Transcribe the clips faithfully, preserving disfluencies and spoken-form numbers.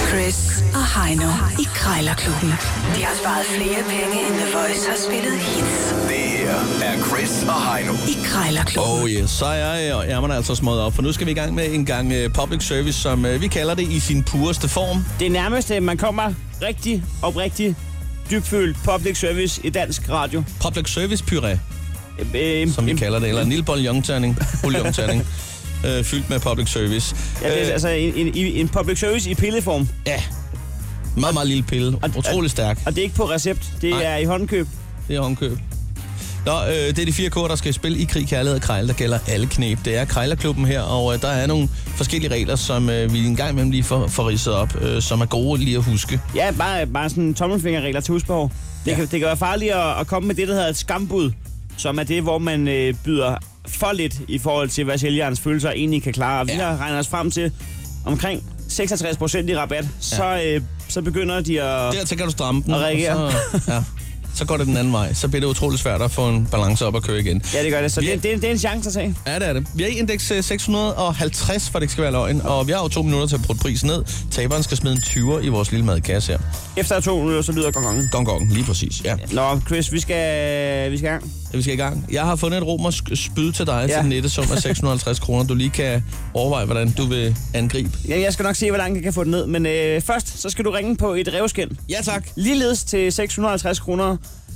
Chris og Heino i Krejlerklubben. De har sparet flere penge, end The Voice har spillet hits. Det her er Chris og Heino i Krejlerklubben. Oh yes, så er jeg ærmerne altså smået op, for nu skal vi i gang med en gang uh, public service, som uh, vi kalder det i sin pureste form. Det er nærmest, at man kommer rigtig oprigtig dybfølt public service i dansk radio. Public service puré, Øh, som vi kalder det, eller en lille bouillonterning, bouillonterning, øh, fyldt med public service. Ja, det er Øh, altså en, en, en public service i pilleform. Ja, meget, meget lille pille. Utrolig stærk. Og det er ikke på recept, det Nej. er i håndkøb. Det er håndkøb. Nå, øh, det er de fire K'er, der skal spille i Krig, Kærlighed og Krejl, der gælder alle knep. Det er Krejlerklubben her, og øh, der er nogle forskellige regler, som øh, vi en gang imellem lige får, får ridset op, øh, som er gode lige at huske. Ja, bare, bare sådan tommelfingerregler til husbehov. Det, Ja. kan, det kan være farligt at, at komme med det, der hedder et skambud, som er det, hvor man øh, byder for lidt i forhold til, hvad sælgerens følelser egentlig kan klare. Og vi Ja. har regnet os frem til omkring seksogtres procent i rabat, så, øh, så begynder de at... Der kan du stramme den, Og reagere. og så, ja, så går det den anden vej. Så bliver det utrolig svært at få en balance op og køre igen. Ja, det gør det. Så Vi er- det, det, det er en chance at tage. Ja, det er det. Vi har i indeks øh, seks hundrede og halvtreds, for det ikke skal være løgn, og vi har jo to minutter til at putte prisen ned. Taberen skal smide en tyver i vores lille madkasse her. Efter to minutter, så lyder gongongen. Gong gong, lige præcis, ja. Nå, Chris, vi skal, vi skal i gang. Ja, vi skal i gang. Jeg har fundet et romersk spyd til dig ja. Ja. til den nette sum af seks hundrede og halvtreds kroner. Du lige kan overveje, hvordan du vil angribe. Ja, jeg skal nok se, hvor langt jeg kan få den ned. Men øh, først, så skal du ringe på et revskin. Ja, tak. Ligeledes til seks hundrede og halvtreds kroner.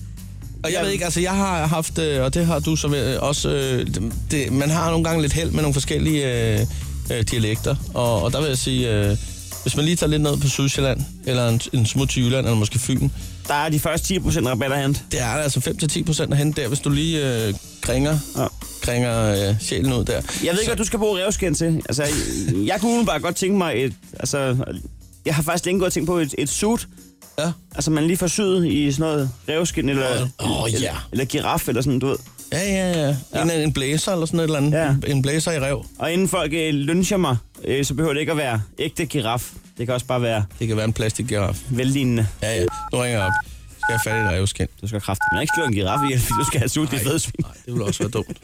Og jeg Ja. ved ikke, altså jeg har haft, øh, og det har du så ved- også, øh, det, man har nogle gange lidt held med nogle forskellige øh, øh, dialekter. Og, og der vil jeg sige, øh, hvis man lige tager lidt ned på Sydsjælland, eller en, en smut til Jylland, eller måske Fyn, Der er de første ti procent rabat at hente. det er der altså fem til ti procent at hente der, hvis du lige øh, kringer, Ja. kringer øh, sjælen ud der. Jeg ved ikke, hvad du skal bruge revskin til. Altså, jeg kunne bare godt tænke mig et... Altså, jeg har faktisk længe gået og tænkt på et, et suit. Ja. Altså, man lige får syet i sådan noget revskin, eller, Åh, ja. eller, eller giraf, eller sådan, du ved. Ja, ja, ja. En, en blæser eller sådan et eller andet. Ja. En, en blæser i rev. Og inden folk øh, lyncher mig, øh, så behøver det ikke at være ægte giraf. Det kan også bare være Det kan være en plastikgiraf. vellignende. Ja, ja. Nu ringer jeg op. Skal jeg have fat i et revskin? Du skal kraftigt. Men ikke slå en giraf ihjel, fordi du skal have suit det fede svin. Nej, det ville også være dumt.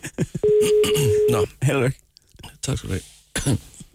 Nå, Held og lykke. tak skal du have.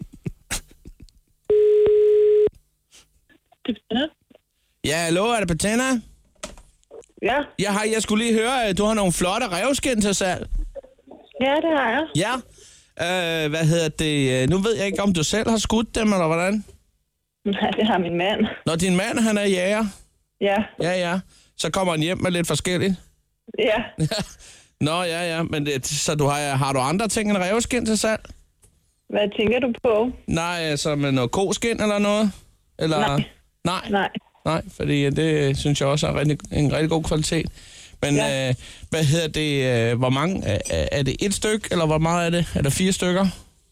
Ja, hallo, er det Patina? Ja, Ja, hej, jeg skulle lige høre, at du har nogle flotte revskin til salg. ja, det har jeg. Ja. Øh, hvad hedder det? Nu ved jeg ikke, om du selv har skudt dem, eller hvordan? Nej, det har min mand. Når din mand, han er jæger. Ja, Ja, ja. Så kommer han hjem med lidt forskelligt. ja. Nå, ja, ja. Men det, så du har, har du andre ting end revskin til salg? Hvad tænker du på? Nej, altså med noget koskin eller noget? Eller? Nej. Nej. Nej. Nej, fordi det synes jeg også er en rigtig, en rigtig god kvalitet. Men Ja. øh, hvad hedder det? Øh, hvor mange? Er, er det et stykke, eller hvor meget er det? Er der fire stykker?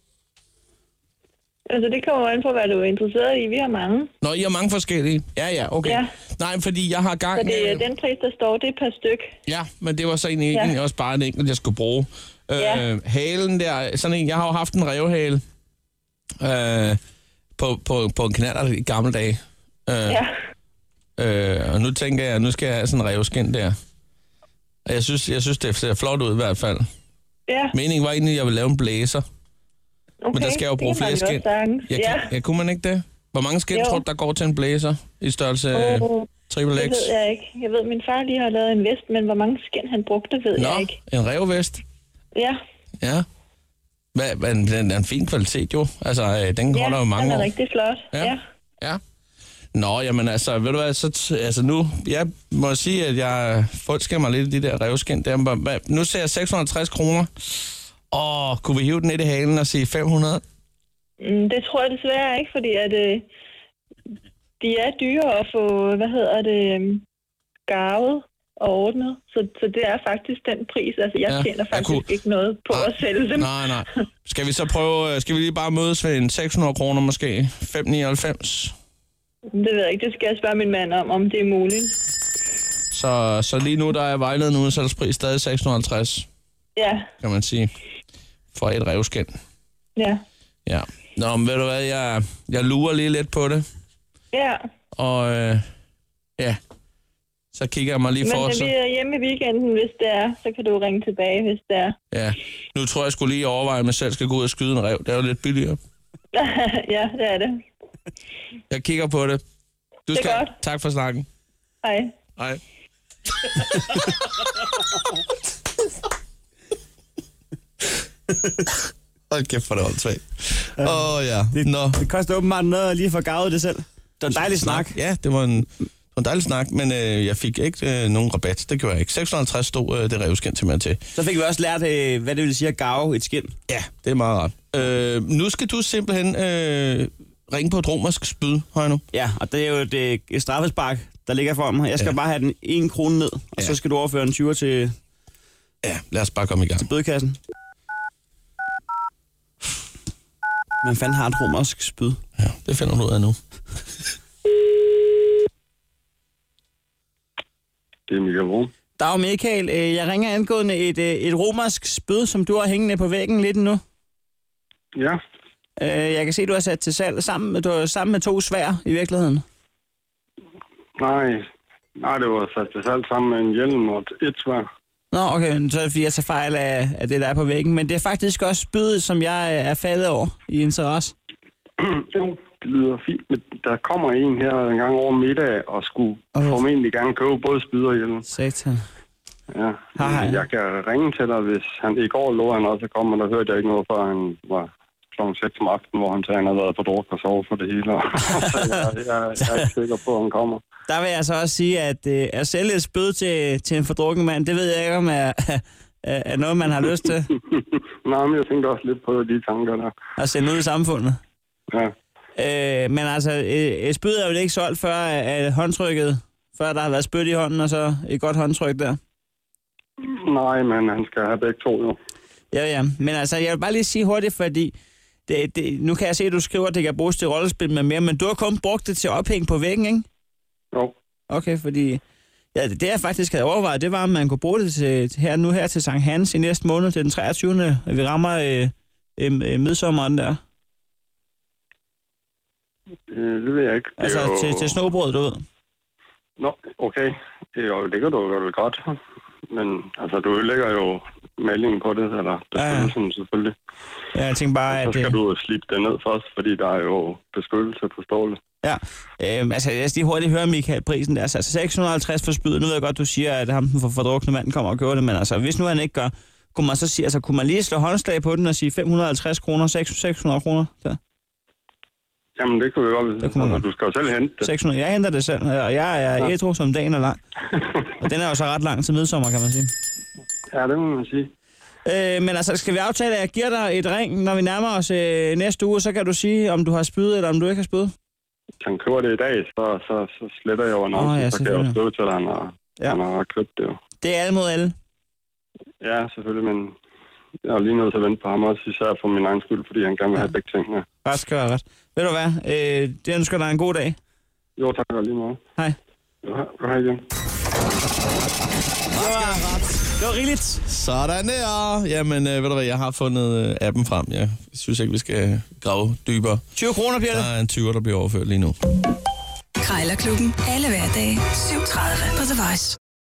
Altså, det kommer an på, hvad du er interesseret i. Vi har mange. Nå, I har mange forskellige. Ja, ja, okay. Ja. Nej, fordi jeg har gang... Så det er øh, den pris, der står, det er per styk. Ja, men det var så egentlig, Ja. egentlig også bare en enkelt, jeg skulle bruge. Øh, Ja. Halen der, sådan en, jeg har jo haft en revhale øh, på, på, på en knaller i gamle dage. Øh, Ja. øh, og nu tænker jeg, nu skal jeg have sådan en revskin der. Og jeg synes, jeg synes, det ser flot ud i hvert fald. Ja, Meningen var egentlig, at jeg ville lave en blæser. okay. Men der skal jeg jo bruge Det kan flere man skin. godt sagtens. Jeg, Ja. kan, ja, kunne man ikke det? Hvor mange skin Jo. tror du, der går til en blæser i størrelse øh, Åh, triple det X? ved jeg ikke. Jeg ved, min far lige har lavet en vest, men hvor mange skin han brugte, ved Nå, jeg ikke. en revvest. Ja, Ja. Hvad, hvad, den er en fin kvalitet jo. Altså, øh, den ja, holder jo mange den er år. rigtig flot. Ja. Ja. Ja. Nå, jamen altså, ved du hvad, så t- altså nu, jeg må sige, at jeg forelsker mig lidt i de der revskin der. Men hvad- Nu ser jeg seks hundrede og tres kroner. Åh, kunne vi hive den lidt i halen og sige fem hundrede? Mm, det tror jeg desværre ikke, fordi at, øh, de er dyre at få, hvad hedder det, øh, garvet og ordnet. Så, så det er faktisk den pris. Altså, jeg Ja, ja, tjener jeg faktisk kunne- ikke noget på Nej, at sælge dem. Nej, nej. Skal vi så prøve, øh, skal vi lige bare mødes ved en seks hundrede kroner måske? fem nioghalvfems. Det ved jeg ikke. Det skal jeg spørge min mand om, om det er muligt. Så, så lige nu, der er vejledende udsalgspris stadig seks hundrede og halvtreds, Ja, kan man sige, for et revskin. ja. Ja. Nå, men ved du hvad, jeg, jeg lurer lige lidt på det, Ja, og øh, ja, så kigger jeg mig lige men for. når Så, vi er hjemme i weekenden, hvis det er, så kan du ringe tilbage, hvis det er. ja. Nu tror jeg, jeg skulle lige overveje, at jeg selv skal gå ud og skyde en rev. Det er jo lidt billigere. Ja, det er det. Jeg kigger på det. Du Det er skal... godt. Tak for snakken. Hej. Hej. Hold kæft for det åndssvagt. Åh oh, ja. Det, Nå. det koster åbenbart noget at lige få gavet det selv. Det var en dejlig snak. Ja, det var en, det var en dejlig snak, men øh, jeg fik ikke øh, nogen rabat. Det gjorde jeg ikke. seks hundrede og halvtreds stod øh, det revskin til mig til. Så fik vi også lært, øh, hvad det vil sige at gave et skind. Ja, det er meget rart. Øh, nu skal du simpelthen øh, ringe på et romersk spyd, Heino. Ja, og det er jo et, et straffespark, der ligger for mig. Jeg skal Ja. bare have den en krone ned, og Ja. så skal du overføre en tyver til, Ja, lad os bare komme i gang. til bødekassen. Man fanden har et romersk spyd. Ja, det finder du ud af nu. Det er Michael Rom. Dag Michael, øh, jeg ringer angående et, øh, et romersk spyd, som du har hængende på væggen lidt nu. Ja, Øh, jeg kan se, at du har sat til salg sammen, du er sammen med to sværd i virkeligheden. nej. Nej, det var sat til salg sammen med en hjelm og et svær. Nå, okay, så er det fordi, jeg tager fejl af, af det, der er på væggen. Men det er faktisk også spydet, som jeg er faldet over i interesse. Jo, det lyder fint, men der kommer en her en gang over middag og skulle Okay. formentlig gerne købe både spyd og hjelm. Satan. Ja. Hej, hej. Jeg kan ringe til dig, hvis han i går lå han også at komme, og der hørte jeg ikke noget, før han var klokken seks om aftenen, hvor han sagde, at han havde været på druk og sovet for det hele. Så jeg, jeg, jeg er ikke sikker på, at han kommer. Der vil jeg så også sige, at øh, at sælge et spyd til, til en fordrukken mand, det ved jeg ikke, om er, er, er noget, man har lyst til Nej, men jeg tænkte også lidt på de tanker der. at sende ud i samfundet. Ja. Øh, men altså, øh, et spyd er jo ikke solgt før af håndtrykket, før der har været spyt i hånden, og så et godt håndtryk der. Nej, men han skal have begge to jo. Ja, ja. Men altså, jeg vil bare lige sige hurtigt, fordi det, det, nu kan jeg se, at du skriver, at det kan bruges til rollespil med mere, men du har kun brugt det til ophæng på væggen, ikke? Jo. Okay, fordi ja, det, det jeg faktisk havde overvejet, det var, om man kunne bruge det til, til her nu her til Sankt Hans i næste måned, til den treogtyvende Vi rammer øh, øh, midsommeren der. Øh, det ved jeg ikke. Det er Altså jo... til, til snobrød, du ved. Nå, okay. Det, er jo, det kan du jo vel godt. Men altså, du lægger jo meldingen på det, eller beskyttelsen ja, ja. selvfølgelig. Ja, jeg tænker bare, så at... skal du jo slippe det ned først, fordi der er jo beskyttelse på stålet. Ja, øhm, altså jeg skal lige hurtigt høre, Michael, prisen der. Altså seks hundrede og halvtreds for spydet. Nu ved jeg godt, du siger, at ham for fordrukne manden kommer og køber det, men altså hvis nu han ikke gør, kunne man så sige, altså kunne man lige slå håndslag på den og sige fem hundrede og halvtreds kroner, seks hundrede kroner der? Jamen, det kunne vi godt. Det kunne man altså, du skal jo selv hente det. seks hundrede. Jeg henter det selv, og jeg er ædru ja. som dagen er lang. Og den er jo så ret lang til midsommer, kan man sige. Ja, det må man sige. Øh, men altså, skal vi aftale, at jeg giver dig et ring, når vi nærmer os øh, næste uge, så kan du sige, om du har spydet, eller om du ikke har spydet? Hvis han køber det i dag, så, så, så sletter jeg over en oh, ja, så kan jeg jo skrive til, at han har, ja. han har købt det jo. Det er alle mod alle? Ja, selvfølgelig, men jeg er lige nødt til at vente på ham også, især for min egen skyld, fordi han gerne vil ja. have begge ting. Ja. Ret skal være ret. Ved du hvad, øh, det ønsker dig en god dag. Jo, tak og lige meget. Hej. Jo, hej igen. Det var, det var rigeligt. Sådan der. Jamen, øh, ved du hvad, jeg har fundet øh, appen frem. Jeg synes ikke, vi skal grave dybere. tyve kroner bliver det. Der er en tyver, der bliver overført lige nu. Krejlerklubben. Alle hverdage. syv tredive på The Voice.